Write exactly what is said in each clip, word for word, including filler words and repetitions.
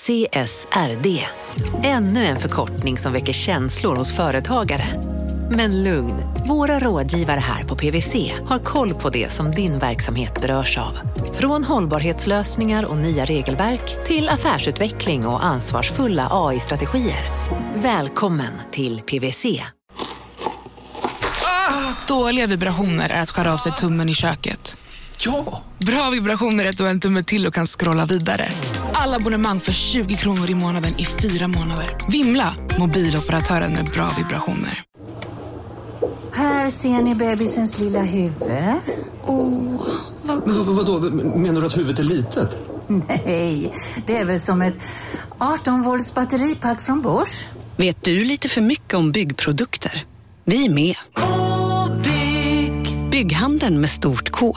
C S R D. Ännu en förkortning som väcker känslor hos företagare. Men lugn, våra rådgivare här på P W C har koll på det som din verksamhet berörs av. Från hållbarhetslösningar och nya regelverk till affärsutveckling och ansvarsfulla A I-strategier. Välkommen till P W C. Ah, dåliga vibrationer är att skära av sig tummen i köket. Ja! Bra vibrationer är att du har en tumme till och kan scrolla vidare. Alla abonnemang för tjugo kronor i månaden i fyra månader. Vimla, mobiloperatören med bra vibrationer. Här ser ni bebisens lilla huvud. Åh, vad... Men vad, vadå? Menar du att huvudet är litet? Nej, det är väl som ett arton volts batteripack från Bosch. Vet du lite för mycket om byggprodukter? Vi är med. K-bygg. Bygghandeln med stort K.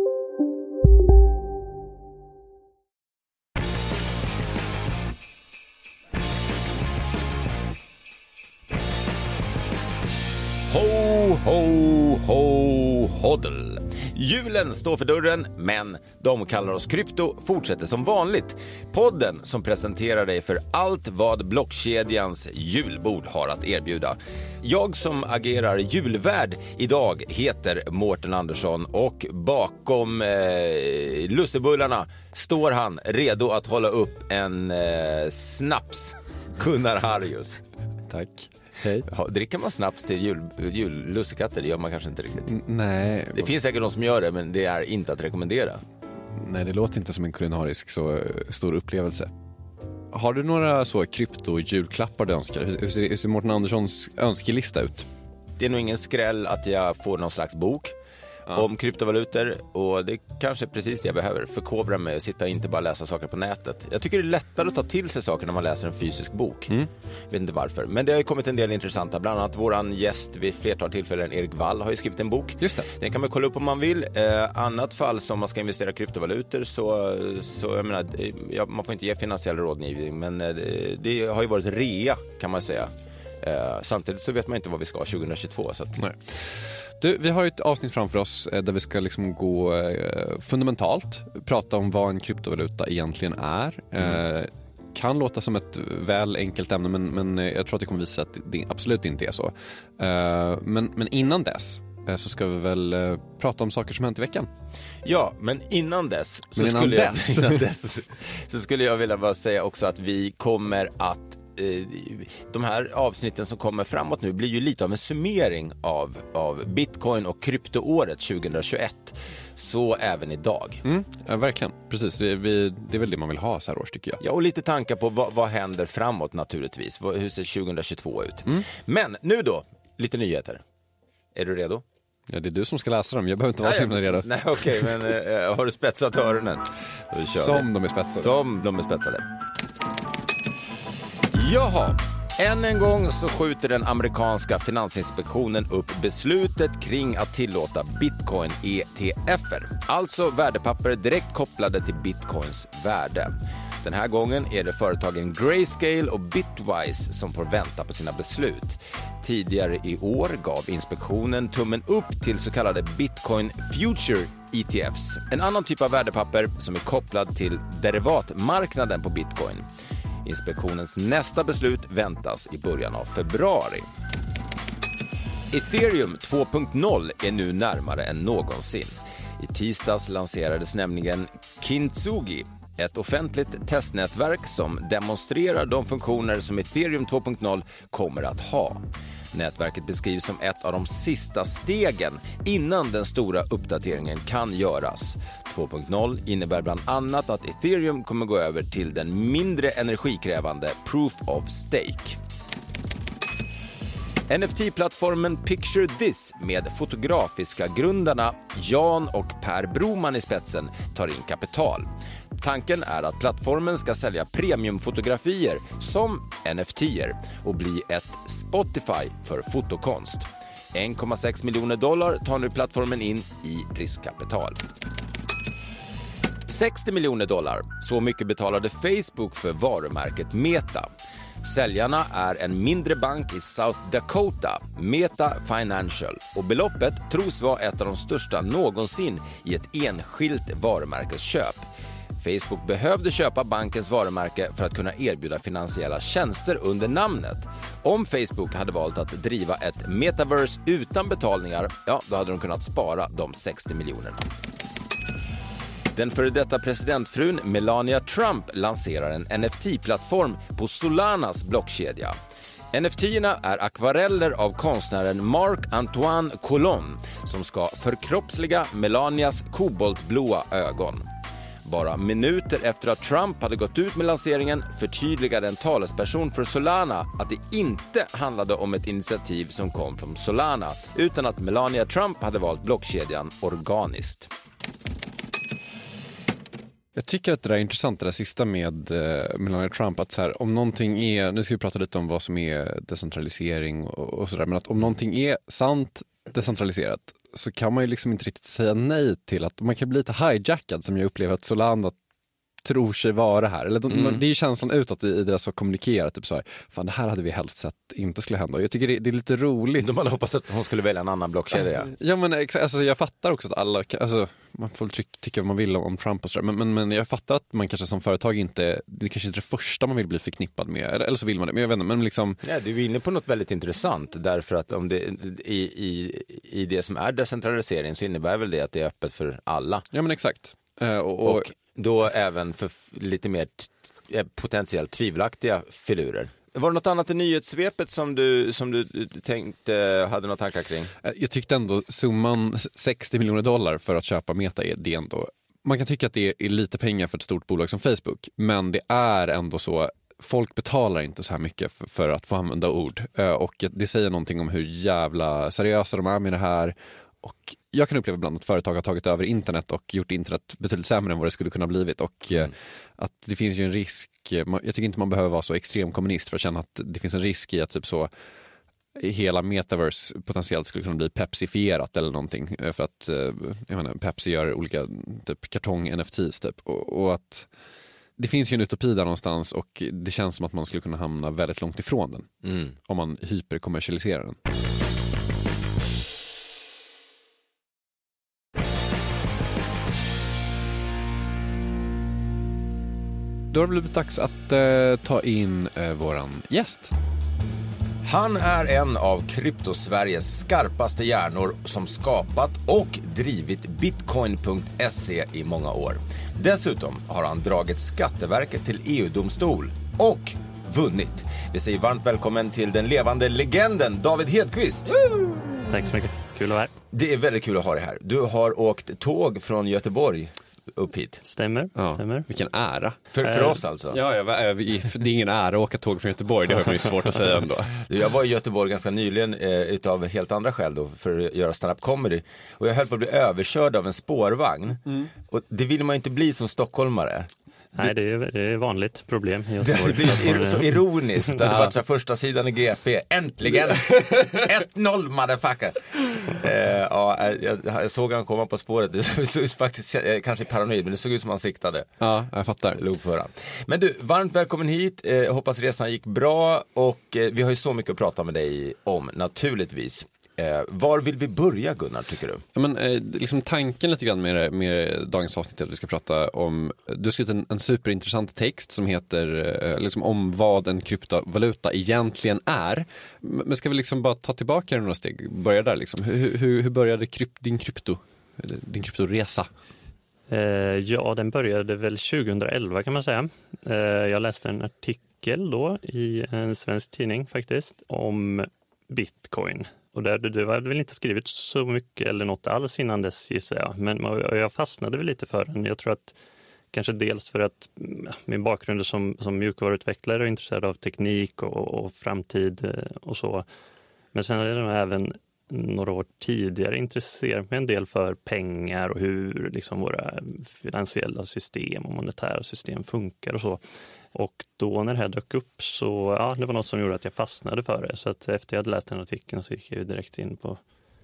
Ho, ho, ho, hoddle. Julen står för dörren, men de kallar oss krypto fortsätter som vanligt. Podden som presenterar dig för allt vad blockkedjans julbord har att erbjuda. Jag som agerar julvärd idag heter Mårten Andersson och bakom eh, lussebullarna står han redo att hålla upp en eh, snaps. Gunnar Harrius. Tack. Hej. Ja, dricker man snaps till jul, jul lussekatter? Det gör man kanske inte riktigt. N- nej. Det finns säkert de som gör det, men det är inte att rekommendera. Nej, det låter inte som en kulinarisk så stor upplevelse. Har du några så krypto-julklappar du önskar? Hur, hur, ser, hur ser Mårten Anderssons önskelista ut? Det är nog ingen skräll att jag får någon slags bok ja. om kryptovalutor, och det är kanske precis det jag behöver. Förkovra mig och sitta och inte bara läsa saker på nätet. Jag tycker det är lättare att ta till sig saker när man läser en fysisk bok. Mm. Vet inte varför. Men det har ju kommit en del intressanta. Bland annat våran gäst vid flertal tillfällen, Erik Wall, har ju skrivit en bok. Just det. Den kan man kolla upp om man vill. Eh, annat fall som man ska investera i kryptovalutor så, så jag menar, ja, man får inte ge finansiell rådgivning, men eh, det har ju varit rea kan man säga. Eh, samtidigt så vet man inte vad vi ska tjugohundratjugotvå. Så att... Nej. Du, vi har ett avsnitt framför oss där vi ska liksom gå eh, fundamentalt, prata om vad en kryptovaluta egentligen är. Mm. Eh, kan låta som ett väl enkelt ämne, men, men jag tror att det kommer visa att det absolut inte är så. Eh, men, men innan dess eh, så ska vi väl eh, prata om saker som hänt i veckan. Ja, men innan dess så, men innan skulle, dess. Jag, innan dess så skulle jag vilja bara säga också att vi kommer att de här avsnitten som kommer framåt nu blir ju lite av en summering av, av Bitcoin och kryptoåret tjugohundratjugoett. Så även idag. Mm, ja, verkligen. Precis. Vi, vi, det är väl det man vill ha så här års, tycker jag. Ja, och lite tankar på vad, vad händer framåt naturligtvis. Hur ser tjugohundratjugotvå ut? Mm. Men nu då, lite nyheter. Är du redo? Ja, det är du som ska läsa dem. Jag behöver inte vara så himla redo. Nej, okej, okay, men äh, har du spetsat öronen? Som de är spetsade. Som de är spetsade. Jaha, än en gång så skjuter den amerikanska finansinspektionen upp beslutet kring att tillåta Bitcoin-E T F-er. Alltså värdepapper direkt kopplade till Bitcoins värde. Den här gången är det företagen Grayscale och Bitwise som får vänta på sina beslut. Tidigare i år gav inspektionen tummen upp till så kallade Bitcoin Future E T Fs. En annan typ av värdepapper som är kopplad till derivatmarknaden på Bitcoin. Inspektionens nästa beslut väntas i början av februari. Ethereum två punkt noll är nu närmare än någonsin. I tisdags lanserades nämligen Kintsugi, ett offentligt testnätverk som demonstrerar de funktioner som Ethereum två punkt noll kommer att ha. Nätverket beskrivs som ett av de sista stegen innan den stora uppdateringen kan göras. två punkt noll innebär bland annat att Ethereum kommer gå över till den mindre energikrävande Proof of Stake. N F T-plattformen Picture This med fotografiska grundarna Jan och Per Broman i spetsen tar in kapital. Tanken är att plattformen ska sälja premiumfotografier som N F T-er och bli ett Spotify för fotokonst. en komma sex miljoner dollar tar nu plattformen in i riskkapital. sextio miljoner dollar, så mycket betalade Facebook för varumärket Meta. Säljarna är en mindre bank i South Dakota, Meta Financial, och beloppet tros vara ett av de största någonsin i ett enskilt varumärkesköp. Facebook behövde köpa bankens varumärke för att kunna erbjuda finansiella tjänster under namnet. Om Facebook hade valt att driva ett metaverse utan betalningar, ja, då hade de kunnat spara de sextio miljonerna. Den före detta presidentfrun Melania Trump lanserar en N F T-plattform på Solanas blockkedja. N F T-erna är akvareller av konstnären Marc-Antoine Coulon som ska förkroppsliga Melanias koboltblåa ögon. Bara minuter efter att Trump hade gått ut med lanseringen förtydligade en talesperson för Solana att det inte handlade om ett initiativ som kom från Solana utan att Melania Trump hade valt blockkedjan organiskt. Jag tycker att det där är intressant, det där sista med eh, Melania Trump, att så här, om någonting är, nu ska vi prata lite om vad som är decentralisering och, och sådär, men att om någonting är sant decentraliserat så kan man ju liksom inte riktigt säga nej till att man kan bli lite hijackad, som jag upplever att Solana tror sig vara här. Eller de, mm. Det är ju känslan utåt i, i deras att kommunikera, typ så här, fan det här hade vi helst sett inte skulle hända. Och jag tycker det, det är lite roligt. De hade hoppats att hon skulle välja en annan blockkedja. Ja, men alltså, jag fattar också att alla, alltså, man får tycka, tycka vad man vill om, om Trump och sådär, men, men, men jag fattar att man kanske som företag inte, det kanske inte är det första man vill bli förknippad med, eller, eller så vill man det, men jag vet inte, men liksom... Ja, du är inne på något väldigt intressant, därför att om det, i, i, i det som är decentralisering så innebär väl det att det är öppet för alla. Ja, men exakt. Uh, och, och... och då även för lite mer t- potentiellt tvivelaktiga filurer. Var det något annat i nyhetssvepet som du, som du tänkte, hade några tankar kring? Jag tyckte ändå summan sextio miljoner dollar för att köpa Meta är det ändå. Man kan tycka att det är lite pengar för ett stort bolag som Facebook, men det är ändå så, folk betalar inte så här mycket för, för att få använda ord. Och det säger någonting om hur jävla seriösa de är med det här. Och jag kan uppleva ibland att företag har tagit över internet och gjort internet betydligt sämre än vad det skulle kunna blivit. Och mm. att det finns ju en risk, jag tycker inte man behöver vara så extrem kommunist för att känna att det finns en risk i att typ så hela metaverse potentiellt skulle kunna bli pepsifierat eller någonting. För att jag menar, Pepsi gör olika typ kartong-N F Ts typ. Och, och att det finns ju en utopi där någonstans och det känns som att man skulle kunna hamna väldigt långt ifrån den. Mm. Om man hyperkommersialiserar den. Då har det blivit dags att eh, ta in eh, våran gäst. Han är en av kryptosveriges skarpaste hjärnor som skapat och drivit bitcoin punkt se i många år. Dessutom har han dragit Skatteverket till E U-domstol och vunnit. Vi säger varmt välkommen till den levande legenden David Hedqvist. Woo! Tack så mycket, kul att vara här. Det är väldigt kul att ha dig här. Du har åkt tåg från Göteborg upp hit. Stämmer, ja. stämmer. Vilken ära. För, för äh, oss alltså? Ja, ja, det är ingen ära att åka tåg från Göteborg, det har man ju svårt att säga ändå. Jag var i Göteborg ganska nyligen eh, utav helt andra skäl då, för att göra stand-up comedy. Och jag höll på att bli överkörd av en spårvagn. Mm. Och det vill man inte bli som stockholmare. Nej, det är, det är vanligt problem i Göteborg. Det blir så ironiskt. Det hade varit så första sidan i G P. Äntligen! ett noll, motherfucker! Eh, ja, jag, jag såg han komma på spåret. Det såg, såg faktiskt, kanske paranoid, men det såg ut som han siktade. Ja, jag fattar. Lokföraren. Men du, varmt välkommen hit. Eh, hoppas resan gick bra. Och eh, vi har ju så mycket att prata med dig om, naturligtvis. Eh, var vill vi börja, Gunnar, tycker du? Ja, men, eh, liksom tanken lite grann med, med dagens avsnitt är att vi ska prata om, du har skrivit en, en superintressant text som heter eh, liksom om vad en kryptovaluta egentligen är. Men ska vi liksom bara ta tillbaka några steg, börja där liksom. Hur, hur, hur började krypt, din krypto, din kryptoresa? Eh, ja, den började väl tjugoelva kan man säga. Eh, jag läste en artikel då i en svensk tidning faktiskt om Bitcoin. Och där, det var väl inte skrivit så mycket eller något alls innan dess, gissar jag. Men jag fastnade väl lite för den. Jag tror att kanske dels för att min bakgrund som, som mjukvaruutvecklare är intresserad av teknik och, och framtid och så. Men sen är det även några år tidigare intresserat mig en del för pengar och hur liksom våra finansiella system och monetära system funkar och så. Och då när det här dök upp så, ja, det var något som gjorde att jag fastnade för det. Så att efter jag hade läst den artikeln så gick jag direkt in på,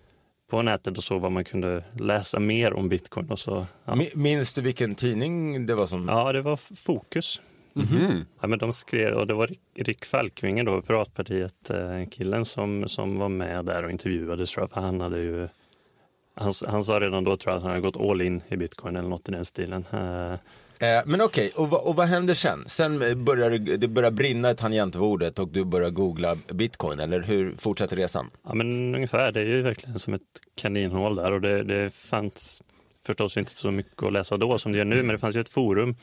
på nätet och så vad man kunde läsa mer om Bitcoin. Och så, ja. Minns du vilken tidning det var som... Ja, det var Fokus. Mm-hmm. Ja, men de skrev, och det var Rick, Rick Falkvinge då, Piratpartiet, killen som, som var med där och intervjuades, tror jag, för han hade ju... Han, han sa redan då, tror jag, att han hade gått all in i Bitcoin eller något i den stilen. Eh, men okej, okay. och, va, och vad händer sen? Sen börjar det, det börjar brinna i tangentbordet och du börjar googla bitcoin, eller hur fortsätter resan? Ja, men ungefär. Det är ju verkligen som ett kaninhål där, och det, det fanns förstås inte så mycket att läsa då som det gör nu, men det fanns ju ett forum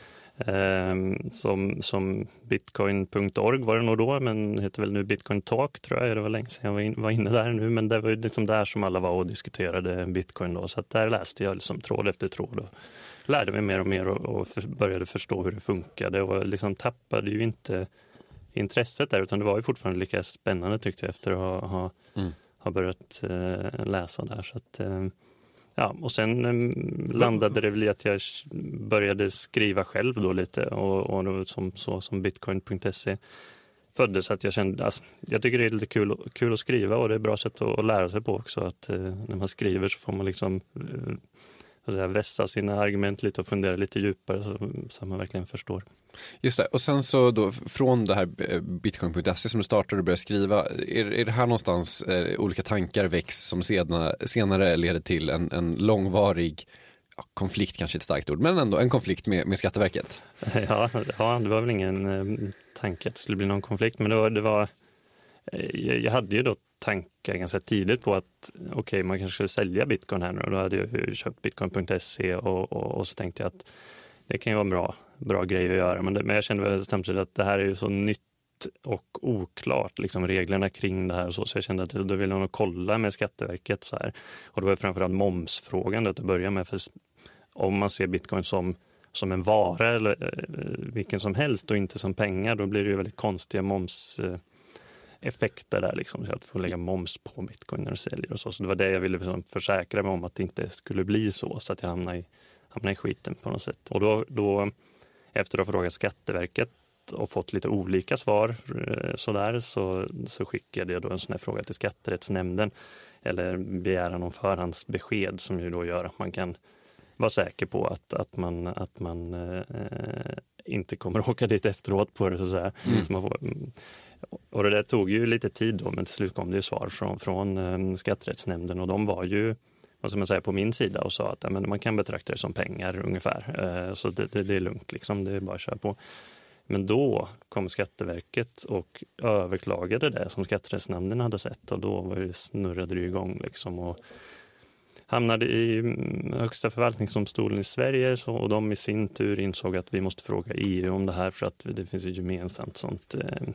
eh, som, som bitcoin punkt org var det nog då, men heter väl nu Bitcoin Talk, tror jag. Det var länge sedan jag var, in, var inne där nu, men det var ju liksom där som alla var och diskuterade bitcoin då, så att där läste jag liksom tråd efter tråd och lärde mig mer och mer och, och för, började förstå hur det funkade, och liksom tappade ju inte intresset där, utan det var ju fortfarande lika spännande, tyckte jag, efter att ha, ha, mm. ha börjat eh, läsa där. Så att, eh, ja, och sen eh, landade det väl i att jag började skriva själv då lite, och, och då, som, så som bitcoin punkt se föddes, att jag kände, alltså, jag tycker det är lite kul, kul att skriva, och det är ett bra sätt att, att lära sig på också, att eh, när man skriver så får man liksom eh, så vässa sina argument lite och fundera lite djupare, så, så man verkligen förstår. Just det, och sen så då från det här bitcoin punkt se som du startade och började skriva, är, är det här någonstans eh, olika tankar väcks som senare, senare leder till en, en långvarig ja, konflikt, kanske ett starkt ord, men ändå en konflikt med, med Skatteverket? Ja, ja, det var väl ingen eh, tanke att det skulle bli någon konflikt, men det var, det var eh, jag hade ju då tankar ganska tidigt på att okej, okay, man kanske skulle sälja bitcoin här nu, och då hade jag köpt bitcoin punkt se och, och, och så tänkte jag att det kan ju vara en bra, bra grej att göra, men, det, men jag kände samtidigt att det här är ju så nytt och oklart, liksom reglerna kring det här och så, så jag kände att då ville jag nog kolla med Skatteverket så här, och då var det framförallt momsfrågan att börja med, för om man ser bitcoin som som en vara eller eh, vilken som helst och inte som pengar, då blir det ju väldigt konstiga moms eh, effekter där liksom, så att få lägga moms på bitcoin när du säljer och så. Så det var det jag ville liksom försäkra mig om, att det inte skulle bli så, så att jag hamnar i, hamnar i skiten på något sätt. Och då, då efter att ha frågat Skatteverket och fått lite olika svar så, där, så, så skickade jag då en sån här fråga till Skatterättsnämnden, eller begäran om förhandsbesked, som ju då gör att man kan vara säker på att, att man, att man eh, inte kommer att åka dit efteråt på det, så att säga. Mm. Så man får, och det där tog ju lite tid då, men till slut kom det ju svar från, från eh, Skatterättsnämnden, och de var ju, vad ska man säga, på min sida och sa att ja, men man kan betrakta det som pengar ungefär. Eh, så det, det, det är lugnt, liksom, det är bara att köra på. Men då kom Skatteverket och överklagade det som Skatterättsnämnden hade sett, och då var det snurrade det igång liksom, och hamnade i högsta förvaltningsdomstolen i Sverige, så, och de i sin tur insåg att vi måste fråga E U om det här, för att det finns ett gemensamt sånt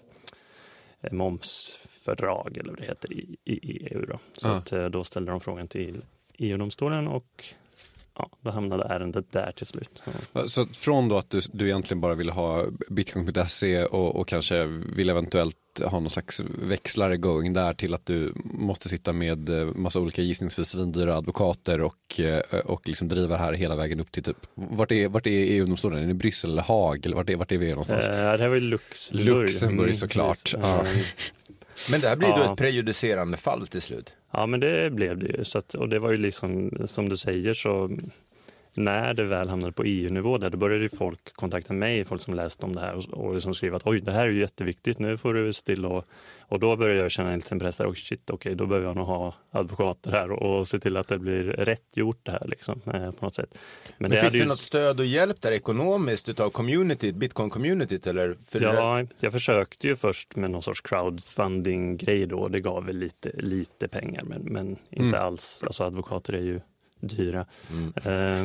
eh, momsfördrag, eller vad det heter, i, i, i E U då. Så ah. att, eh, då ställde de frågan till E U-domstolen, och ja, då hamnade ärendet där till slut. Ja. Så från då att du, du egentligen bara ville ha bitcoin punkt se och, och kanske vill eventuellt ha någon slags växlare going där, till att du måste sitta med massa olika gissningsvis svindyra advokater och, och liksom driva det här hela vägen upp till typ, vart är, vart är E U-domstolen? Är det Bryssel eller Haag? Eller vart är, vart är vi någonstans? Eh, det här var ju Luxemburg. Luxemburg såklart. Mm, ja. Men det här blir då ja. ett prejudicerande fall till slut. Ja, men det blev det ju. Så att, och det var ju liksom, som du säger, så när det väl hamnade på E U-nivå där, då började ju folk kontakta mig, folk som läste om det här, och, och liksom skriva att oj, det här är ju jätteviktigt, nu får du still, och, och då började jag känna en liten press där, och shit, okej, okay, då behöver jag nog ha advokater här och, och se till att det blir rätt gjort det här liksom, eh, på något sätt. Men, Men det fick hade du ju... något stöd och hjälp där ekonomiskt utav communityt, bitcoin-communityt, eller? För ja, det... jag försökte ju först med någon sorts crowdfunding-grej då, det gav väl lite, lite pengar, men, men inte mm. alls, alltså advokater är ju dyra. Mm.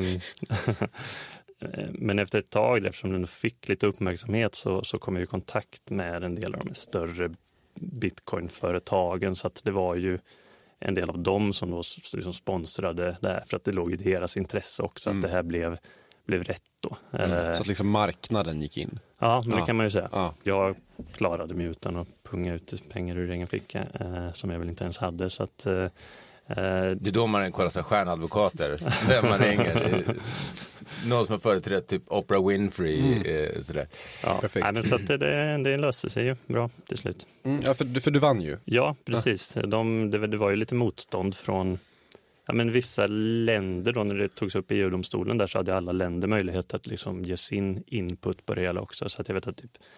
Men efter ett tag, eftersom den fick lite uppmärksamhet, så, så kom jag i kontakt med en del av de större bitcoinföretagen, så att det var ju en del av dem som då liksom sponsrade det här, för att det låg i deras intresse också, mm. att det här blev, blev rätt då. Mm. Så att liksom marknaden gick in? Ja, men ja. det kan man ju säga. Ja. Jag klarade mig utan att punga ut pengar ur egen ficka, eh, som jag väl inte ens hade, så att eh, det är då man kollar sig stjärnadvokater, vem man ringer. Någon som har företrätt typ Oprah Winfrey, mm. sådär. Ja, perfekt. Nej, men så att det, det, det löste sig ju bra till slut. Mm, ja, för, för du vann ju. Ja, precis. De, det, det var ju lite motstånd från ja, men vissa länder då, när det togs upp i E U-domstolen där, så hade alla länder möjlighet att liksom ge sin input på det hela också. Så att jag vet att typ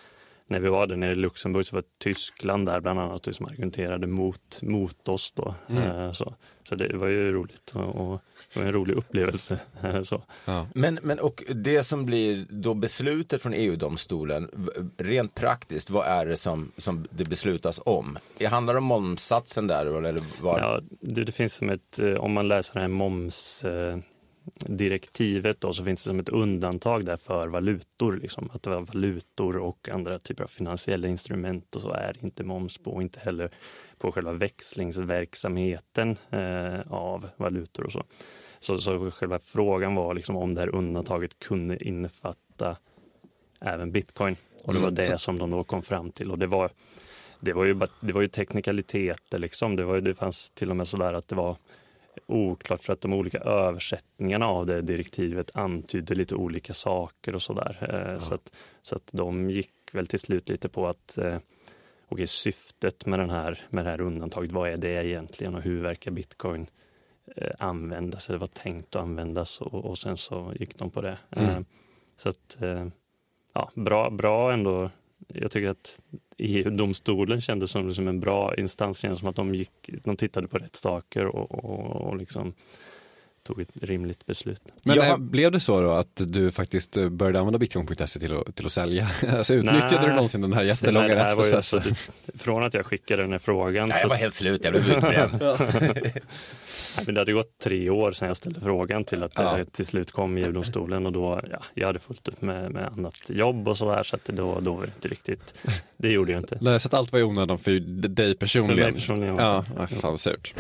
när vi var där nere i Luxemburg så var Tyskland där bland annat som argumenterade mot, mot oss då. Mm. Så, så det var ju roligt och, och det var en rolig upplevelse. Så. Ja. Men, men och det som blir då beslutet från E U-domstolen, rent praktiskt, vad är det som, som det beslutas om? Det handlar om momssatsen där? Eller vad? Ja, det, det finns som ett, om man läser det här moms... direktivet då, så finns det som ett undantag där för valutor, liksom, att det var valutor och andra typer av finansiella instrument och så är inte moms på, och inte heller på själva växlingsverksamheten eh, av valutor och så. Så, så själva frågan var liksom om det här undantaget kunde innefatta även bitcoin, och det var det som de då kom fram till, och det var det var ju bara, det var ju teknikaliteter liksom, det var ju, det fanns till och med så där att det var oklart för att de olika översättningarna av det direktivet antydde lite olika saker och sådär. Ja. Så, att, så att de gick väl till slut lite på att eh, okej, syftet med, den här, med det här undantaget, vad är det egentligen och hur verkar bitcoin eh, användas, eller vad tänkt att användas, och, och sen så gick de på det. Mm. Eh, så att eh, ja, bra, bra ändå. Jag tycker att E U-domstolen kändes som, som en bra instans, som att de, gick, de tittade på rätt saker och, och, och liksom tog ett rimligt beslut. Men jag... blev det så då att du faktiskt började använda bitcoin punkt se till att, till att sälja? Alltså utnyttjade Nej, du någonsin den här jättelånga rättsprocessen? Alltså, från att jag skickade den här frågan... Nej, jag var helt slut, jag blev utbränd. Nej, men det hade gått tre år sedan jag ställde frågan till att ja. det till slut kom i E U-domstolen, och då, ja, jag hade fullt upp med, med annat jobb och så här, så att då, då var det inte riktigt... Det gjorde jag inte. Nej, så att allt var i onödan för dig personligen. För mig personligen. Ja, ja fan vad surt.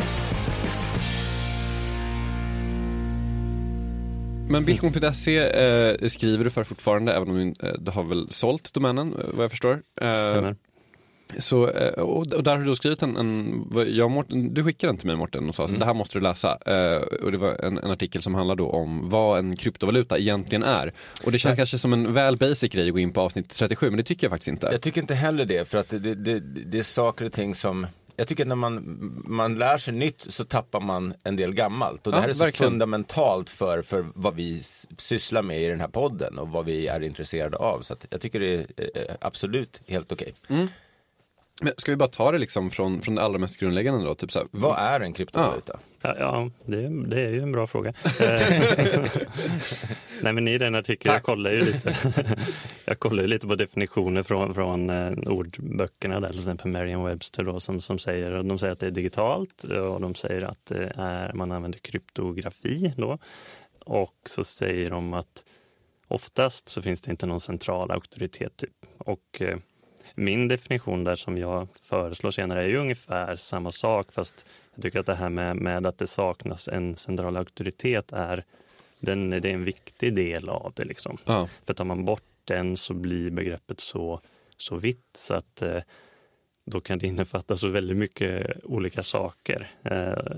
Men bitcoin punkt se eh, skriver du för fortfarande, även om du, eh, du har väl sålt domänen, vad jag förstår. Eh, så, eh, och, och där har du skrivit en, en jag, Morten, du skickade den till mig, Morten, och sa mm. så det här måste du läsa. Eh, och det var en, en artikel som handlar då om vad en kryptovaluta egentligen är. Och det känns Nej. kanske som en väl basic grej att gå in på avsnitt trettiosju, men det tycker jag faktiskt inte. Jag tycker inte heller det, för att det, det, det, det är saker och ting som... Jag tycker att när man, man lär sig nytt så tappar man en del gammalt. Och det ja, här är så verkligen. fundamentalt för, för vad vi sysslar med i den här podden och vad vi är intresserade av. Så att jag tycker det är absolut helt okej. Okay. Mm. Men ska vi bara ta det liksom från, från det allra mest grundläggande då? Typ så här, vad är en kryptovaluta? Ja, ja det, det är ju en bra fråga. Nej, men i den artikeln, jag kollar ju lite jag kollar ju lite på definitioner från, från eh, ordböckerna där, till exempel Merriam-Webster då, som, som säger, de säger att det är digitalt, och de säger att det är, man använder kryptografi då, och så säger de att oftast så finns det inte någon central auktoritet typ, och eh, min definition där som jag föreslår senare är ju ungefär samma sak, fast jag tycker att det här med, med att det saknas en central auktoritet är, den, det är en viktig del av det liksom. Ja. För tar man bort den så blir begreppet så, så vitt så att eh, då kan det innefatta så väldigt mycket olika saker. Eh,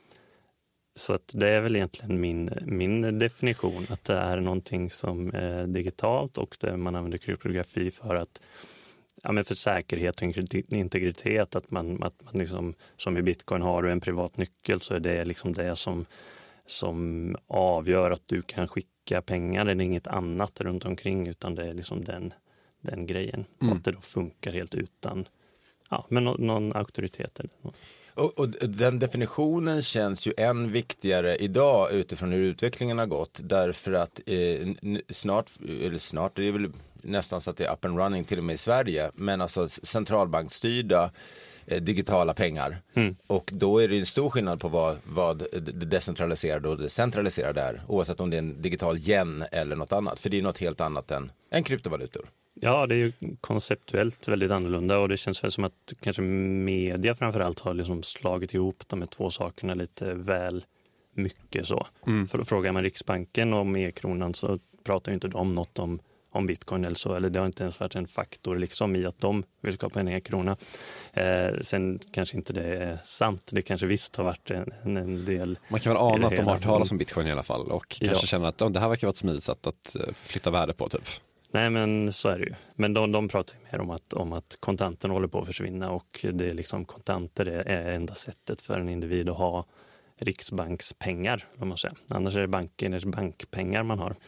så att det är väl egentligen min, min definition, att det är någonting som är digitalt, och det, man använder kryptografi för att ja, men för säkerhet och integritet, att man, att man liksom, som i bitcoin har du en privat nyckel, så är det liksom det som, som avgör att du kan skicka pengar, det är inget annat runt omkring, utan det är liksom den, den grejen. Mm. Och att det då funkar helt utan ja, men någon, någon auktoritet eller något. Och, och den definitionen känns ju än viktigare idag utifrån hur utvecklingen har gått, därför att eh, snart, eller snart, det är väl nästan så att det är up and running till och med i Sverige, men alltså centralbankstyrda eh, digitala pengar. Mm. Och då är det en stor skillnad på vad, vad det decentraliserade och det centraliserade är, oavsett om det är en digital yen eller något annat, för det är något helt annat än, än kryptovalutor. Ja, det är ju konceptuellt väldigt annorlunda, och det känns väl som att kanske media framförallt har liksom slagit ihop de här två sakerna lite väl mycket så. Mm. För att fråga man Riksbanken om e-kronan så pratar ju inte de något om, om bitcoin eller så, eller det har inte ens varit en faktor liksom i att de vill skapa en e-krona. Eh, sen kanske inte det är sant, det kanske visst har varit en, en del... Man kan väl ana att de har talat om bitcoin i alla fall, och kanske ja. känner att oh, det här verkar vara ett smidigt sätt att flytta värde på typ. Nej, men så är det ju. Men de, de pratar ju mer om att, om att kontanten håller på att försvinna, och det är liksom kontanter är, är enda sättet för en individ att ha riksbankspengar, om man säger. Annars är det banken, är det bankpengar man har.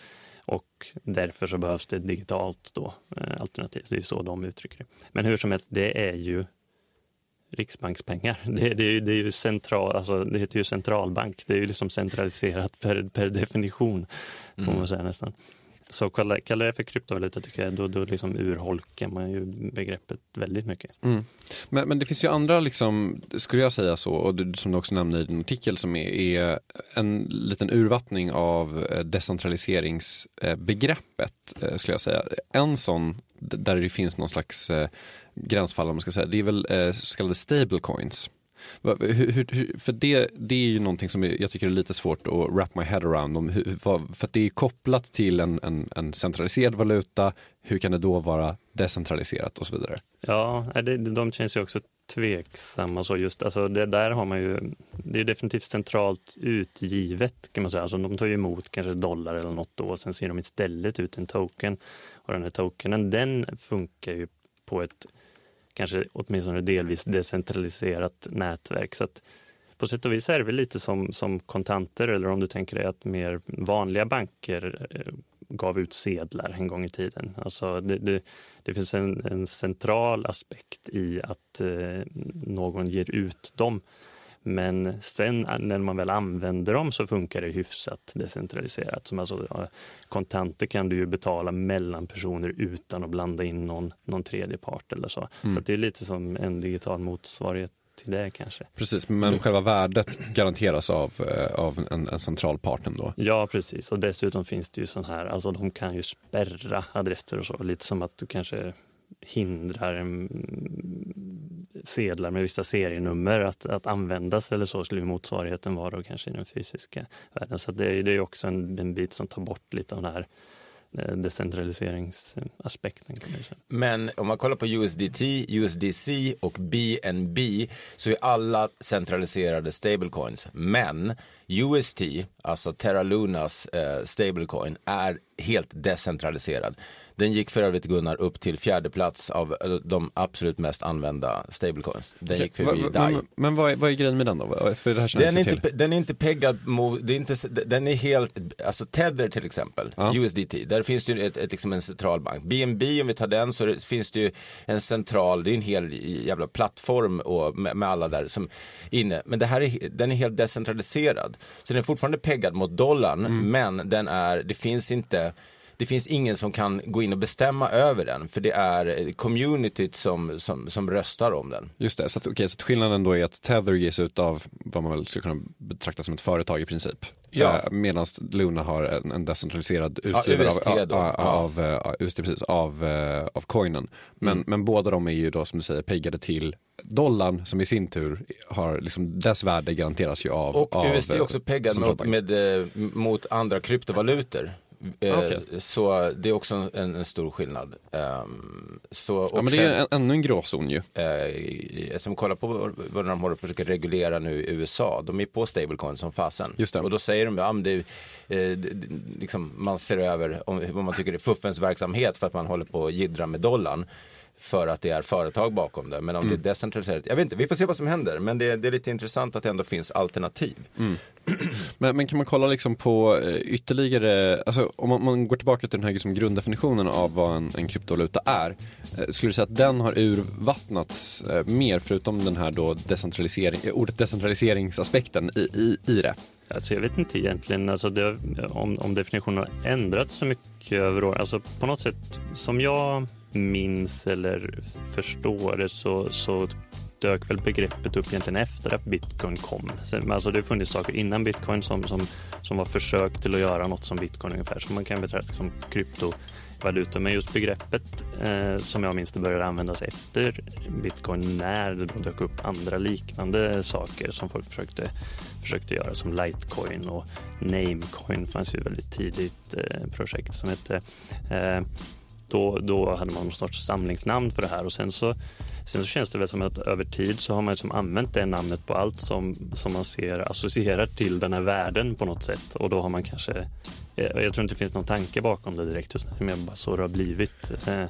Och därför så behövs det ett digitalt då, eh, alternativ. Det är så de uttrycker det. Men hur som helst, det är ju riksbankspengar. Det, det, det är ju central, alltså det heter ju centralbank. Det är ju liksom centraliserat per, per definition, får man Mm. säga nästan. Så kalla, kalla det för kryptovaluta tycker jag, då, då liksom urholkar man ju begreppet väldigt mycket. Mm. Men, men det finns ju andra, liksom, skulle jag säga så, och du, som du också nämnde i din artikel, som är, är en liten urvattning av decentraliseringsbegreppet, skulle jag säga. En sån där det finns någon slags eh, gränsfall, om man ska säga, det är väl eh, så kallade stablecoins. Hur, hur, för det, det är ju någonting som jag tycker är lite svårt att wrap my head around om, hur, för att det är kopplat till en, en, en centraliserad valuta. Hur kan det då vara decentraliserat och så vidare? Ja, det, de känns ju också tveksamma. Så just, alltså det där har man ju, det är definitivt centralt utgivet kan man säga. Alltså de tar ju emot kanske dollar eller något då, och sen ser de istället ut en token. Och den här tokenen, den funkar ju på ett kanske åtminstone delvis decentraliserat nätverk. Så att på sätt och vis är det väl lite som, som kontanter, eller om du tänker dig att mer vanliga banker eh, gav ut sedlar en gång i tiden. Alltså det, det, det finns en, en central aspekt i att eh, någon ger ut dem. Men sen när man väl använder dem så funkar det hyfsat decentraliserat. Som alltså, ja, kontanter kan du ju betala mellan personer utan att blanda in någon, någon tredje part eller så. Mm. Så att det är lite som en digital motsvarighet till det kanske. Precis, men mm. själva värdet garanteras av, av en, en central part ändå. Ja, precis. Och dessutom finns det ju sån här, alltså de kan ju spärra adresser och så. Lite som att du kanske hindrar sedlar med vissa serienummer att, att användas eller så, skulle motsvarigheten vara då kanske i den fysiska världen. Så det är, det är också en, en bit som tar bort lite av den här decentraliseringsaspekten. Kan man säga. Men om man kollar på U S D T, U S D C och B N B så är alla centraliserade stablecoins. Men U S T, alltså Terra Lunas eh, stablecoin, är helt decentraliserad. Den gick för övrigt, Gunnar, upp till fjärde plats av de absolut mest använda stablecoins. Den gick förbi va, va, D A I. Men, men vad, är, vad är grejen med den då? För det här den, är inte inte, den är inte peggad mot, det är inte, den är helt, alltså Tether till exempel, ja. U S D T, där finns det ju ett, ett, liksom en centralbank. B N B, om vi tar den, så det, finns det ju en central, det är en hel jävla plattform och med, med alla där som inne. Men det här är, den är helt decentraliserad. Så den är fortfarande peggad mot dollarn, mm. men den är, det finns inte... Det finns ingen som kan gå in och bestämma över den, för det är communityt som, som, som röstar om den. Just det, så, att, okay, så att skillnaden då är att Tether ges ut av vad man väl skulle kunna betrakta som ett företag i princip. Ja. Eh, medan Luna har en, en decentraliserad utgivare ja, av, av, av, av, av, precis, av, av coinen. Men, mm. men båda de är ju då, som du säger, peggade till dollarn, som i sin tur har liksom, dess värde garanteras ju av. Och av, U S D är också peggad mot, med, mot andra kryptovalutor. Okay. Så det är också en, en stor skillnad. Um, så ja, men det är en, ännu en gråzon ju. Uh, som kollar på vad de håller på att försöka reglera nu i U S A. De är på stablecoin som fasen. Just det. Och då säger de att ja, eh, liksom, man ser över om, om man tycker det är fuffens verksamhet för att man håller på att jiddra med dollarn. För att det är företag bakom det. Men om mm. det är decentraliserat, jag vet inte, vi får se vad som händer. Men det, det är lite intressant att det ändå finns alternativ. Mm. men, men kan man kolla liksom på ytterligare, alltså om man, man går tillbaka till den här liksom grunddefinitionen av vad en, en kryptovaluta är. Skulle du säga att den har urvattnats mer, förutom den här då decentralisering, ordet decentraliseringsaspekten i, i, i det? Alltså jag vet inte egentligen alltså det, om, om definitionen har ändrats så mycket över år. Alltså på något sätt som jag minns eller förstår det så, så dök väl begreppet upp egentligen efter att Bitcoin kom. Så, alltså det har funnits saker innan Bitcoin som, som, som var försök till att göra något som Bitcoin ungefär. Så man kan betrakta som kryptovaluta. Men just begreppet eh, som jag minns det började användas efter Bitcoin, när det då dök upp andra liknande saker som folk försökte, försökte göra, som Litecoin och Namecoin fanns ju väldigt tidigt eh, projekt som hette eh, Då, då hade man någon sorts samlingsnamn för det här, och sen så, sen så känns det väl som att över tid så har man liksom använt det namnet på allt som, som man ser associerat till den här världen på något sätt, och då har man kanske, jag, jag tror inte det finns någon tanke bakom det direkt, utan bara så det har blivit.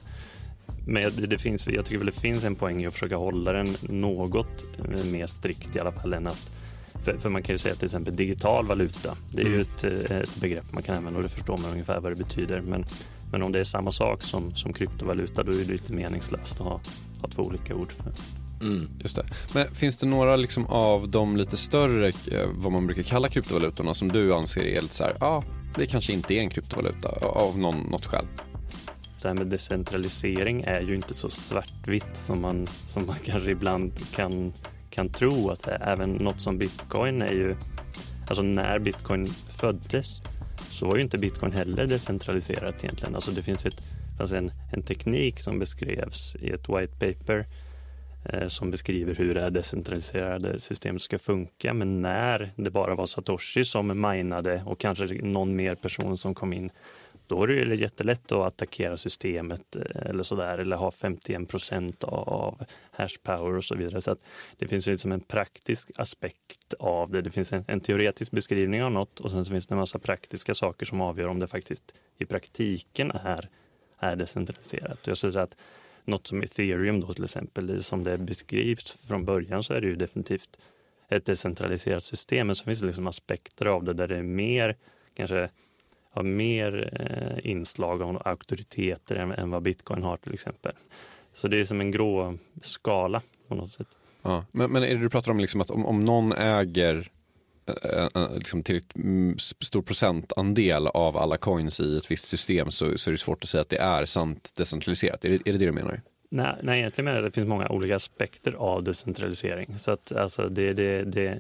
Men det, det finns, jag tycker väl det finns en poäng i att försöka hålla den något mer strikt i alla fall än att För, för man kan ju säga till exempel digital valuta. Det är ju ett, ett begrepp man kan använda och det förstår man ungefär vad det betyder. Men, men om det är samma sak som, som kryptovaluta, då är det lite meningslöst att ha, ha två olika ord för. Mm, just det. Men finns det några liksom av de lite större, eh, vad man brukar kalla kryptovalutorna, som du anser är lite så här, ja, det kanske inte är en kryptovaluta av någon, något skäl? Det här med decentralisering är ju inte så svartvitt som man, som man kanske ibland kan, kan tro. Att även något som Bitcoin är ju, alltså när Bitcoin föddes så var ju inte Bitcoin heller decentraliserat egentligen. Alltså det finns ett, alltså en, en teknik som beskrevs i ett white paper eh, som beskriver hur det här decentraliserade systemet ska funka. Men när det bara var Satoshi som minade och kanske någon mer person som kom in, då är det jättelätt att attackera systemet eller sådär, eller ha femtioen procent av hash power och så vidare. Så att det finns ju liksom en praktisk aspekt av det. Det finns en, en teoretisk beskrivning av något och sen så finns det en massa praktiska saker som avgör om det faktiskt i praktiken är, är decentraliserat. Och jag säger att något som Ethereum då till exempel, som det beskrivs från början, så är det ju definitivt ett decentraliserat system. Men så finns det liksom aspekter av det där det är mer kanske har mer eh, inslag av auktoriteter än, än vad Bitcoin har till exempel. Så det är som en grå skala på något sätt. Ja, men, men är det du pratar om liksom att om, om någon äger eh, eh, liksom tillräckligt stor procentandel av alla coins i ett visst system, så, så är det svårt att säga att det är sant decentraliserat. Är det är det, det du menar? Nej, nej, egentligen menar jag att det finns många olika aspekter av decentralisering. Så att alltså det, det, det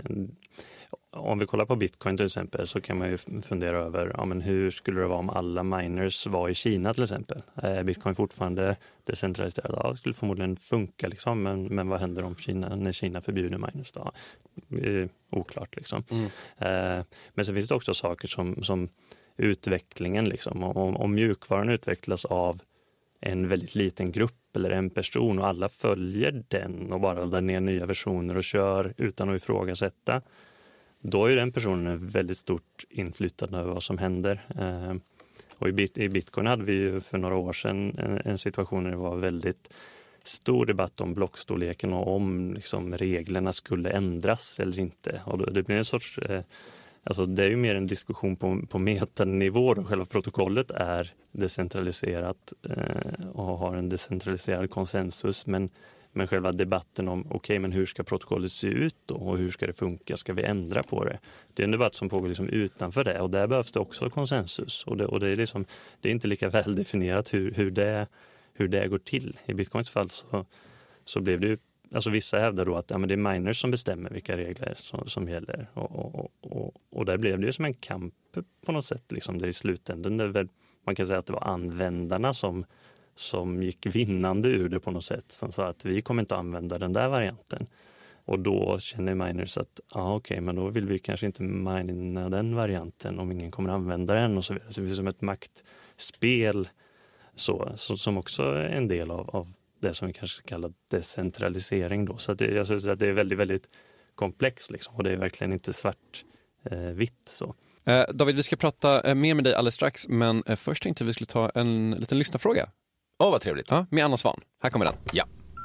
om vi kollar på Bitcoin till exempel, så kan man ju fundera över, ja, men hur skulle det vara om alla miners var i Kina till exempel? Är Bitcoin fortfarande decentraliserat? Ja, det skulle förmodligen funka liksom, men, men vad händer om Kina, när Kina förbjuder miners då? Det är oklart liksom. Mm. Eh, men så finns det också saker som, som utvecklingen liksom. Om, om mjukvaran utvecklas av en väldigt liten grupp eller en person och alla följer den och bara laddar ner nya versioner och kör utan att ifrågasätta, då är den personen en väldigt stort inflytande över vad som händer. Eh, och i, bit, i Bitcoin hade vi ju för några år sedan en, en situation där det var väldigt stor debatt om blockstorleken och om liksom, reglerna skulle ändras eller inte. Och det, det blir en sorts, eh, alltså det är ju mer en diskussion på, på metanivå då. Själva protokollet är decentraliserat eh, och har en decentraliserad konsensus, men Men själva debatten om, okej, okay, men hur ska protokollet se ut då? Och hur ska det funka? Ska vi ändra på det? Det är en debatt som pågår liksom utanför det. Och där behövs det också konsensus. Och det, och det, är, liksom, det är inte lika väl definierat hur, hur, det, hur det går till. I Bitcoins fall så, så blev det ju, alltså vissa hävdar då att ja, men det är miners som bestämmer vilka regler som, som gäller. Och, och, och, och där blev det ju som en kamp på något sätt. Liksom, där i slutändan, där väl, man kan säga att det var användarna som som gick vinnande ur det på något sätt, som sa att vi kommer inte använda den där varianten. Och då känner miners att ja, okej, okay, men då vill vi kanske inte mina den varianten om ingen kommer använda den och så vidare. Så det är som ett maktspel så, så, som också är en del av, av det som vi kanske kallar decentralisering då. Så att det, jag säger att det är väldigt, väldigt komplext liksom, och det är verkligen inte svart eh, vitt så. Eh, David, vi ska prata mer med dig alldeles strax, men eh, först tänkte vi skulle ta en liten lyssnarfråga. Åh, oh, vad trevligt. Ja, med Anna Svan. Här kommer den. Ja.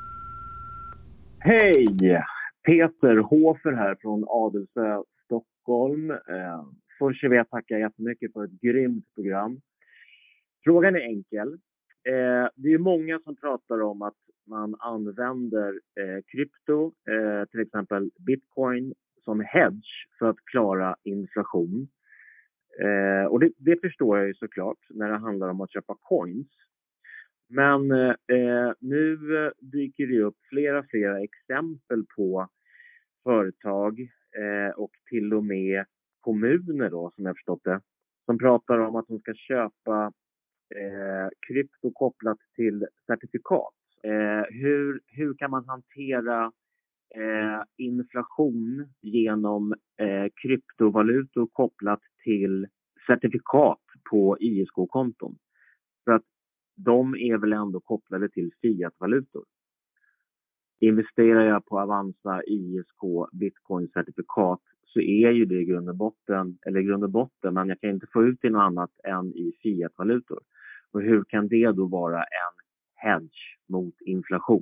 Hej! Peter Hofer här från Adelsö, Stockholm. Eh, först vill jag tacka jättemycket för ett grymt program. Frågan är enkel. Eh, det är många som pratar om att man använder eh, krypto, eh, till exempel Bitcoin, som hedge för att klara inflation. Eh, och det, det förstår jag ju såklart när det handlar om att köpa coins. Men eh, nu dyker det upp flera, flera exempel på företag eh, och till och med kommuner då, som jag förstått det, som pratar om att de ska köpa eh, krypto kopplat till certifikat. Eh, hur, hur kan man hantera eh, inflation genom eh, kryptovalutor kopplat till certifikat på I S K-konton? För att de är väl ändå kopplade till fiatvalutor. Investerar jag på Avanza, I S K, Bitcoin-certifikat, så är ju det i grund och botten, eller i grund och botten, men jag kan inte få ut det något annat än i fiatvalutor. Och hur kan det då vara en hedge mot inflation?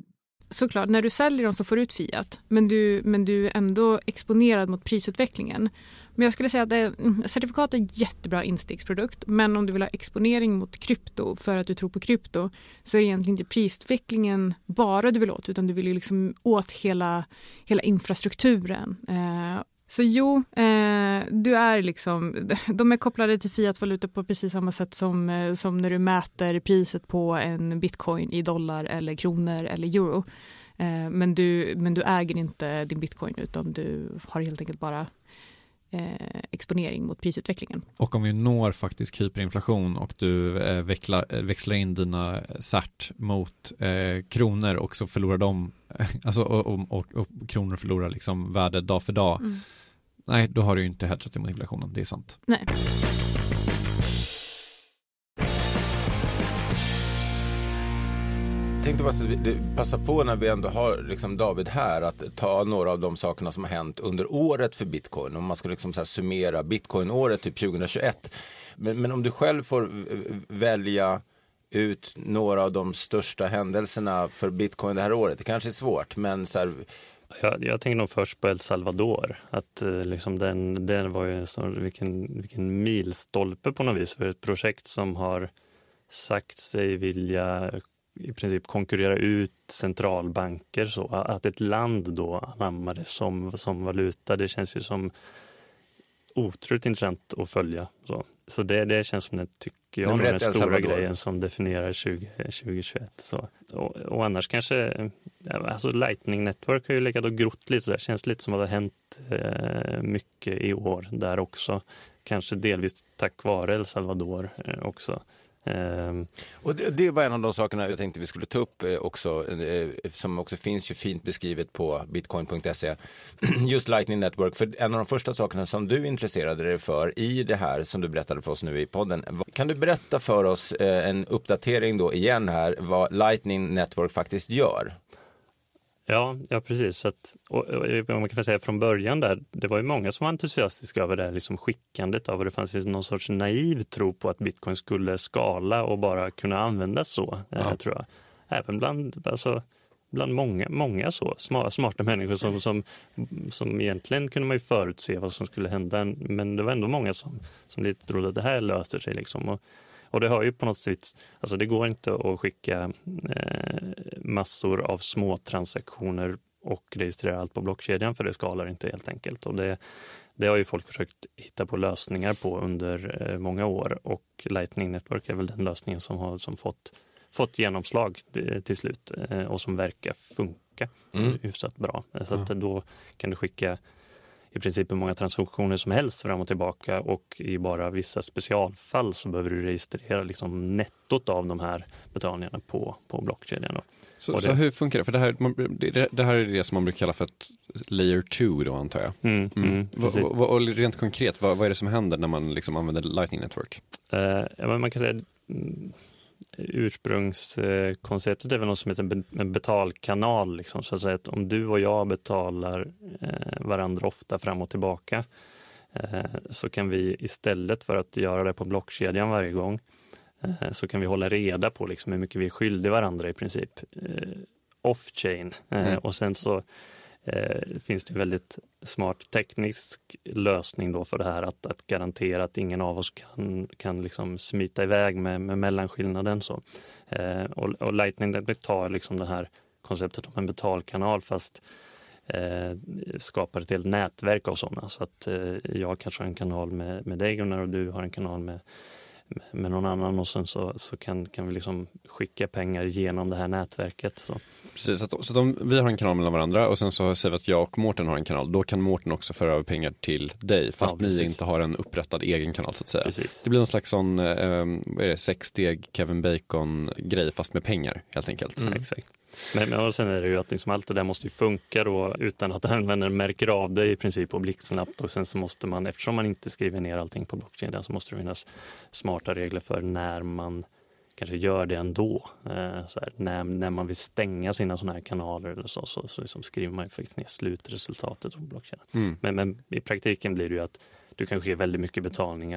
såklart, när du säljer dem så får du ut fiat. Men du, men du är ändå exponerad mot prisutvecklingen. Men jag skulle säga att det, certifikat är en jättebra instegsprodukt. Men om du vill ha exponering mot krypto för att du tror på krypto så är det egentligen inte prisutvecklingen bara du vill åt. Utan du vill ju liksom åt hela, hela infrastrukturen. Eh, Så jo, eh, du är liksom, de är kopplade till fiatvaluta på precis samma sätt som, eh, som när du mäter priset på en bitcoin i dollar eller kronor eller euro. Eh, men, du, men du äger inte din bitcoin utan du har helt enkelt bara eh, exponering mot prisutvecklingen. Och om vi når faktiskt hyperinflation och du eh, växlar, växlar in dina cert mot eh, kronor och så förlorar de, alltså, och, och, och, och kronor förlorar liksom värde dag för dag. Mm. Nej, då har du ju inte hedgat emot inflationen, det är sant. Nej. Jag tänkte bara passa på när vi ändå har liksom David här att ta några av de sakerna som har hänt under året för bitcoin. Om man ska liksom så här summera bitcoin-året typ tjugohundratjugoett. Men, men om du själv får välja ut några av de största händelserna för bitcoin det här året. Det kanske är svårt, men så här... Jag, jag tänker nog först på El Salvador. Att eh, liksom den, den var ju så, vilken, vilken milstolpe på något vis för ett projekt som har sagt sig vilja i princip konkurrera ut centralbanker. Så att ett land då anammar det som, som valuta, det känns ju som otroligt intressant att följa. Så, så det, det känns som det, tycker jag, den stora grejen som definierar tjugo tjugoett. Så. Och, och annars kanske, alltså Lightning Network har ju legat och grott lite så där. Känns lite som att det har hänt eh, mycket i år där också. Kanske delvis tack vare El Salvador eh, också. Um. Och det, det var en av de sakerna jag tänkte vi skulle ta upp eh, också, eh, som också finns ju fint beskrivet på bitcoin punkt se, just Lightning Network. För en av de första sakerna som du intresserade dig för i det här som du berättade för oss nu i podden, kan du berätta för oss eh, en uppdatering då igen här vad Lightning Network faktiskt gör? Ja, ja precis. Så att, och, och, man kan säga från början där, det var ju många som var entusiastiska över det här liksom skickandet av, och det fanns liksom någon sorts naiv tro på att bitcoin skulle skala och bara kunna användas så, ja. eh, tror jag. Även bland, alltså, bland många, många så smarta, smarta människor som, som, som egentligen kunde man ju förutse vad som skulle hända, men det var ändå många som, som lite trodde att det här löser sig liksom. Och, Och det har ju på något sätt, alltså det går inte att skicka eh, massor av små transaktioner och registrera allt på blockkedjan, för det skalar inte helt enkelt. Och det, det har ju folk försökt hitta på lösningar på under eh, många år, och Lightning Network är väl den lösningen som har som fått, fått genomslag till, till slut eh, och som verkar funka mm. hyfsat bra. Så att mm. då kan du skicka i princip hur många transaktioner som helst fram och tillbaka, och i bara vissa specialfall så behöver du registrera liksom nettot av de här betalningarna på, på blockkedjan. Då. Så, det, så hur funkar det? För det här, man, det, det här är det som man brukar kalla för ett layer två då, antar jag. Mm, mm. Mm, v- v- och rent konkret, vad, vad är det som händer när man liksom använder Lightning Network? Uh, man kan säga mm, ursprungskonceptet är väl något som heter en betalkanal liksom, så att säga att om du och jag betalar eh, varandra ofta fram och tillbaka eh, så kan vi istället för att göra det på blockkedjan varje gång eh, så kan vi hålla reda på liksom hur mycket vi är skyldiga varandra i princip eh, off-chain eh, mm. och sen så Eh, finns det en väldigt smart teknisk lösning då för det här att, att garantera att ingen av oss kan, kan liksom smita iväg med, med mellanskillnaden. Så. Eh, och, och Lightning Network tar liksom det här konceptet om en betalkanal fast eh, skapar ett helt nätverk av sådana. Så att eh, jag kanske har en kanal med, med dig Gunnar, och du har en kanal med med någon annan, och sen så, så kan, kan vi liksom skicka pengar genom det här nätverket. Så. Precis, så, så de, vi har en kanal mellan varandra, och sen så säger vi att jag och Mårten har en kanal. Då kan Mårten också föra över pengar till dig, fast ja, ni inte har en upprättad egen kanal så att säga. Precis. Det blir någon slags sån eh, vad är det, sex steg Kevin Bacon-grej fast med pengar helt enkelt. Mm. Exakt. Men, men och sen är det ju att liksom allt det där måste ju funka då utan att användaren märker av det i princip och blixtsnabbt, och sen så måste man, eftersom man inte skriver ner allting på blockkedjan, så måste det finnas smarta regler för när man kanske gör det ändå. Eh, så här, när, när man vill stänga sina sådana här kanaler eller så, så, så liksom skriver man ju faktiskt ner slutresultatet på blockkedjan. Mm. Men, men i praktiken blir det ju att du kan ske väldigt mycket betalningar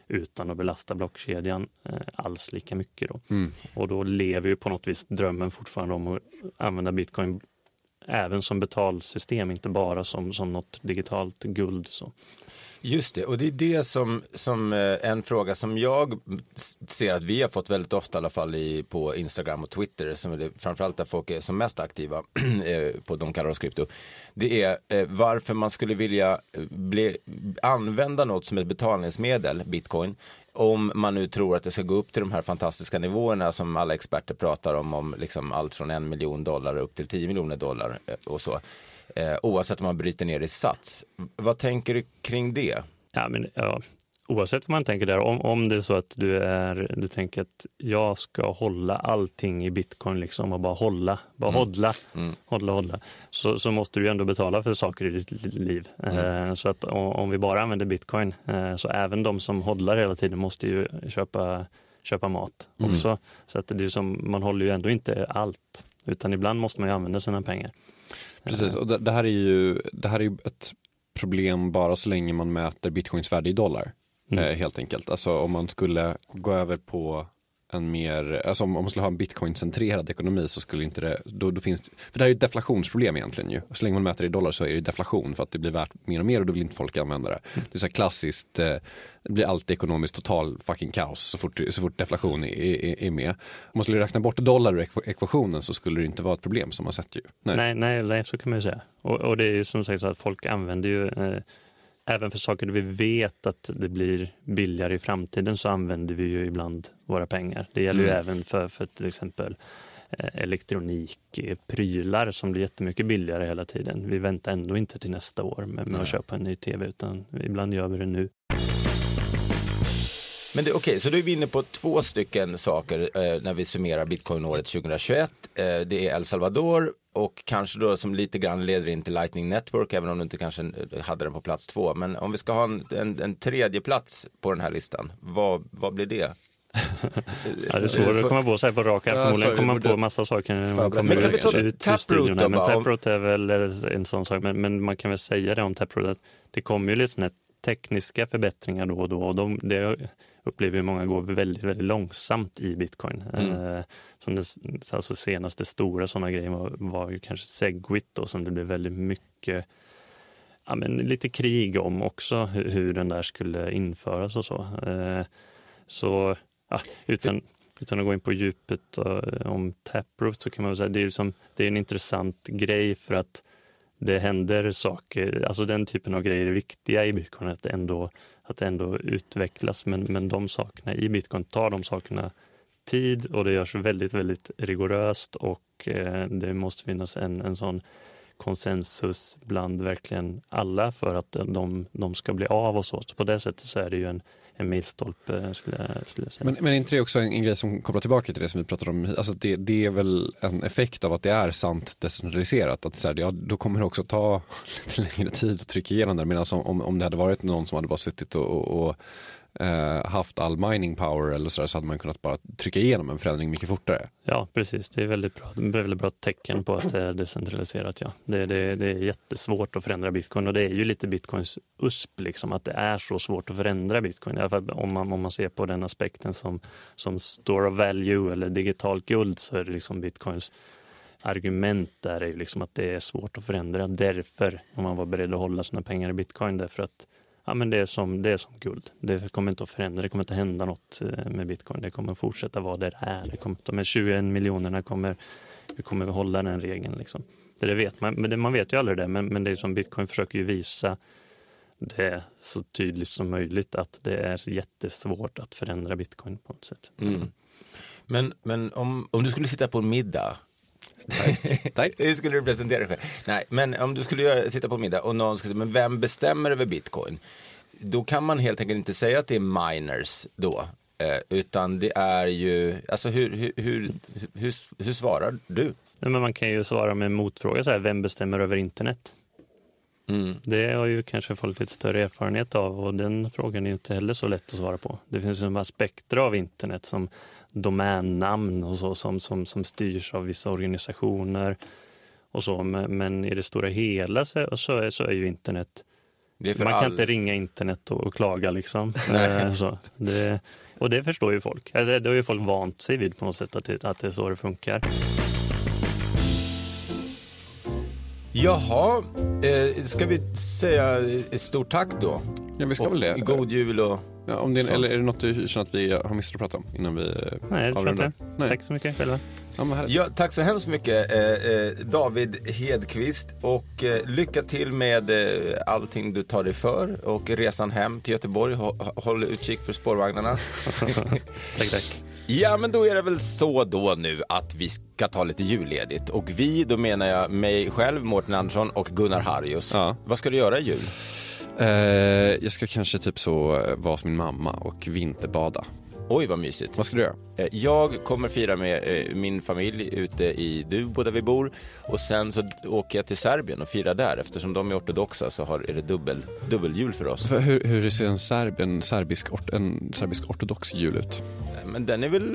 utan att belasta blockkedjan eh, alls lika mycket då. Mm. Och då lever ju på något vis drömmen fortfarande om att använda bitcoin även som betalsystem, inte bara som, som något digitalt guld. Så. Just det, och det är det som, som eh, en fråga som jag ser att vi har fått väldigt ofta i alla fall i, på Instagram och Twitter, som är det, framförallt där folk är som mest aktiva eh, på de kallar oss krypto. Det är eh, varför man skulle vilja bli, använda något som ett betalningsmedel, bitcoin, om man nu tror att det ska gå upp till de här fantastiska nivåerna som alla experter pratar om, om liksom allt från en miljon dollar upp till tio miljoner dollar eh, och så. Eh, oavsett om man bryter ner i sats. Vad tänker du kring det? Ja, men, ja, oavsett vad man tänker där, om, om det är så att du, är, du tänker att jag ska hålla allting i bitcoin liksom och bara hålla, bara mm. hodla, mm. hodla, hodla, så, så måste du ju ändå betala för saker i ditt liv. Mm. Eh, så att om, om vi bara använder bitcoin, eh, så även de som hodlar hela tiden måste ju köpa, köpa mat mm. också. Så att det är som, man håller ju ändå inte allt, utan ibland måste man ju använda sina pengar. Precis, och det, det här är ju det här är ju ett problem bara så länge man mäter bitcoins värde i dollar. Mm. Eh, helt enkelt. Alltså om man skulle gå över på en mer, alltså om man skulle ha en bitcoin-centrerad ekonomi så skulle inte det, då, då finns, för det här är ju ett deflationsproblem egentligen ju. Så länge man mäter i dollar så är det deflation för att det blir värt mer och mer och då vill inte folk använda det. Det är så här klassiskt, eh, det blir alltid ekonomiskt total fucking kaos så fort, så fort deflation är, är, är med. Om man skulle räkna bort dollar ur ekvationen så skulle det inte vara ett problem som man sett ju. Nej, nej, nej, nej så kan man ju säga. Och, och det är ju som sagt så att folk använder ju eh, även för saker där vi vet att det blir billigare i framtiden så använder vi ju ibland våra pengar. Det gäller mm. ju även för, för till exempel eh, elektronik, eh, prylar som blir jättemycket billigare hela tiden. Vi väntar ändå inte till nästa år med, med att köpa en ny tv utan ibland gör vi det nu. Men okej, okay, så då är vi inne på två stycken saker eh, när vi summerar bitcoin-året tjugohundratjugoett. Eh, det är El Salvador och kanske då som lite grann leder in till Lightning Network, även om du inte kanske hade den på plats två. Men om vi ska ha en, en, en tredje plats på den här listan, vad, vad blir det? Ja, det är svårt att komma på sig på raka. Ja, förmodligen kommer man på massa saker när man kommer men ut ur Taproot. Men Taproot är väl en sån sak. Men, men man kan väl säga det om Taproot att det kommer ju lite sådana tekniska förbättringar då och då. Och de, det upplever ju många går väldigt, väldigt långsamt i bitcoin. Mm. Eh, som det alltså senaste stora sådana grejer var, var ju kanske Segwit då, som det blev väldigt mycket ja, men lite krig om också hur, hur den där skulle införas och så. Eh, så ja, utan, utan att gå in på djupet uh, om Taproot så kan man säga att det är, liksom, det är en intressant grej för att det händer saker, alltså den typen av grejer är viktiga i bitcoin att det ändå, att det ändå utvecklas men, men de sakerna i bitcoin tar de sakerna tid och det görs väldigt, väldigt rigoröst och eh, det måste finnas en, en sån konsensus bland verkligen alla för att de, de ska bli av och så. Så på det sättet så är det ju en en milstolpe skulle jag, skulle jag säga. Men, men är inte det också en, en grej som kopplar tillbaka till det som vi pratade om? Alltså det, det är väl en effekt av att det är sant decentraliserat. Att så här, ja, då kommer det också ta lite längre tid att trycka igenom det. Men alltså, om, om det hade varit någon som hade bara suttit och, och, och eh, haft all mining power eller så, där, så hade man kunnat bara trycka igenom en förändring mycket fortare. Ja, precis. Det är väldigt bra, väldigt bra tecken på att det är decentraliserat. Ja. Det, det, det är jättesvårt att förändra bitcoin och det är ju lite bitcoins usp liksom, att det är så svårt att förändra bitcoin. I alla fall om man, om man ser på den aspekten som, som store of value eller digitalt guld så är det liksom bitcoins argument där är ju liksom att det är svårt att förändra. Därför om man var beredd att hålla sina pengar i bitcoin därför att ja, men det är som, det är som guld. Det kommer inte att förändra, det kommer inte att hända något med bitcoin. Det kommer att fortsätta vara det är. Det kommer, de här tjugoen miljonerna kommer, vi kommer att hålla den regeln. Liksom. Det, det vet man, men det, man vet ju aldrig det. Men, men det är som bitcoin försöker ju visa det så tydligt som möjligt att det är jättesvårt att förändra bitcoin på något sätt. Mm. Men, men om, om du skulle sitta på en middag Tack. Tack. Hur skulle du presentera dig själv? Nej, men om du skulle göra, sitta på middag och någon skulle säga, men vem bestämmer över bitcoin? Då kan man helt enkelt inte säga att det är miners då. Eh, utan det är ju, alltså hur, hur, hur, hur, hur svarar du? Nej, men man kan ju svara med en motfråga så här, vem bestämmer över internet? Mm. Det har ju kanske folk lite större erfarenhet av och den frågan är ju inte heller så lätt att svara på. Det finns ju aspekter av internet som domännamn och så som, som, som styrs av vissa organisationer och så, men, men i det stora hela så, så, är, så är ju internet Man all... kan inte ringa internet och klaga liksom. så, det, och det förstår ju folk. Alltså, det har ju folk vant sig vid på något sätt att det, att det är så det funkar. Jaha, eh, ska vi säga ett stort tack då? Ja, vi ska och väl det. God jul och... Ja, om det är, eller är det något du känner att vi har missat att prata om innan vi Nej, det avrundar? Nej, tack så mycket själva. Ja, ja, tack så hemskt mycket eh, eh, David Hedqvist och eh, lycka till med eh, allting du tar dig för och resan hem till Göteborg. H- håll utkik för spårvagnarna. Tack, tack. Ja, men då är det väl så då nu att vi ska ta lite julledigt. Och vi, då menar jag mig själv, Mårten Andersson och Gunnar Harrius. Ja. Vad ska du göra i jul? Eh, jag ska kanske typ så vara som min mamma och vinterbada. Oj, vad mysigt. Vad ska du göra? Jag kommer fira med min familj ute i Duvbo där vi bor. Och sen så åker jag till Serbien och firar där. Eftersom de är ortodoxa så har, är det dubbel, dubbeljul för oss. För hur, hur ser en, serb, en, serbisk, en serbisk ortodox jul ut? Men den är väl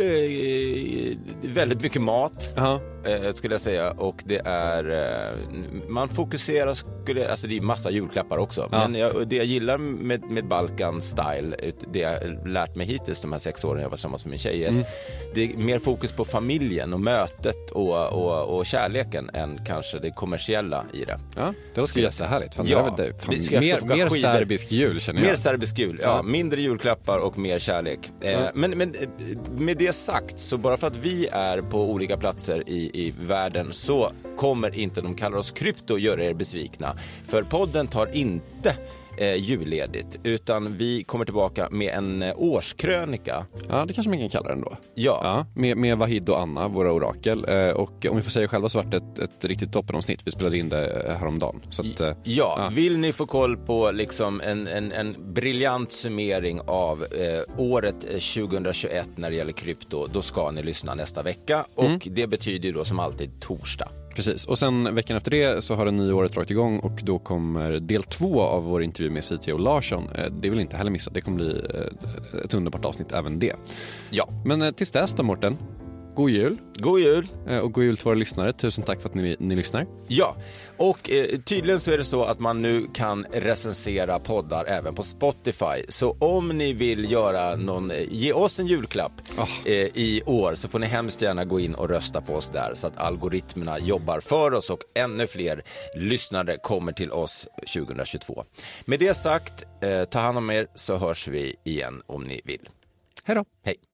eh, väldigt mycket mat, uh-huh. eh, skulle jag säga. Och det är... Eh, man fokuserar... Skulle, alltså det är massa julklappar också. Uh-huh. Men jag, det jag gillar med, med Balkan style, det jag lärt mig hittills de här sex åren jag var tillsammans med min tjej, mm. det är mer fokus på familjen och mötet och, och, och kärleken än kanske det kommersiella i det. Ja, det låter jättehärligt. Fan, ja, det fan, det ska mer mer serbisk jul känner jag. Mer serbisk jul, ja. ja. Mindre julklappar och mer kärlek. Ja. Eh, men, men med det sagt, så bara för att vi är på olika platser i, i världen så kommer inte de kallar oss krypto göra er besvikna. För podden tar inte eh, julledigt, utan vi kommer tillbaka med en eh, årskrönika. Ja, det kanske man kan kalla den då. Ja. ja med, med Vahid och Anna, våra orakel. Eh, och om vi får säga själva så var det ett, ett riktigt toppenomsnitt. Vi spelade in det häromdagen. Så att, eh, ja, ja, vill ni få koll på liksom en, en, en briljant summering av eh, året tjugohundratjugoett när det gäller krypto, då ska ni lyssna nästa vecka. Och mm. det betyder då som alltid torsdag. Precis, och sen veckan efter det så har det nya året dragit igång och då kommer del två av vår intervju med C T O Larsson. Det vill inte heller missa, det kommer bli ett underbart avsnitt även det. Ja. Men tills dess då, Mårten, god jul. God jul. Och god jul till våra lyssnare. Tusen tack för att ni, ni lyssnar. Ja, och eh, tydligen så är det så att man nu kan recensera poddar även på Spotify. Så om ni vill göra någon, eh, ge oss en julklapp oh. eh, i år så får ni hemskt gärna gå in och rösta på oss där så att algoritmerna jobbar för oss och ännu fler lyssnare kommer till oss tjugohundratjugotvå. Med det sagt, eh, ta hand om er så hörs vi igen om ni vill. Hej då. Hej.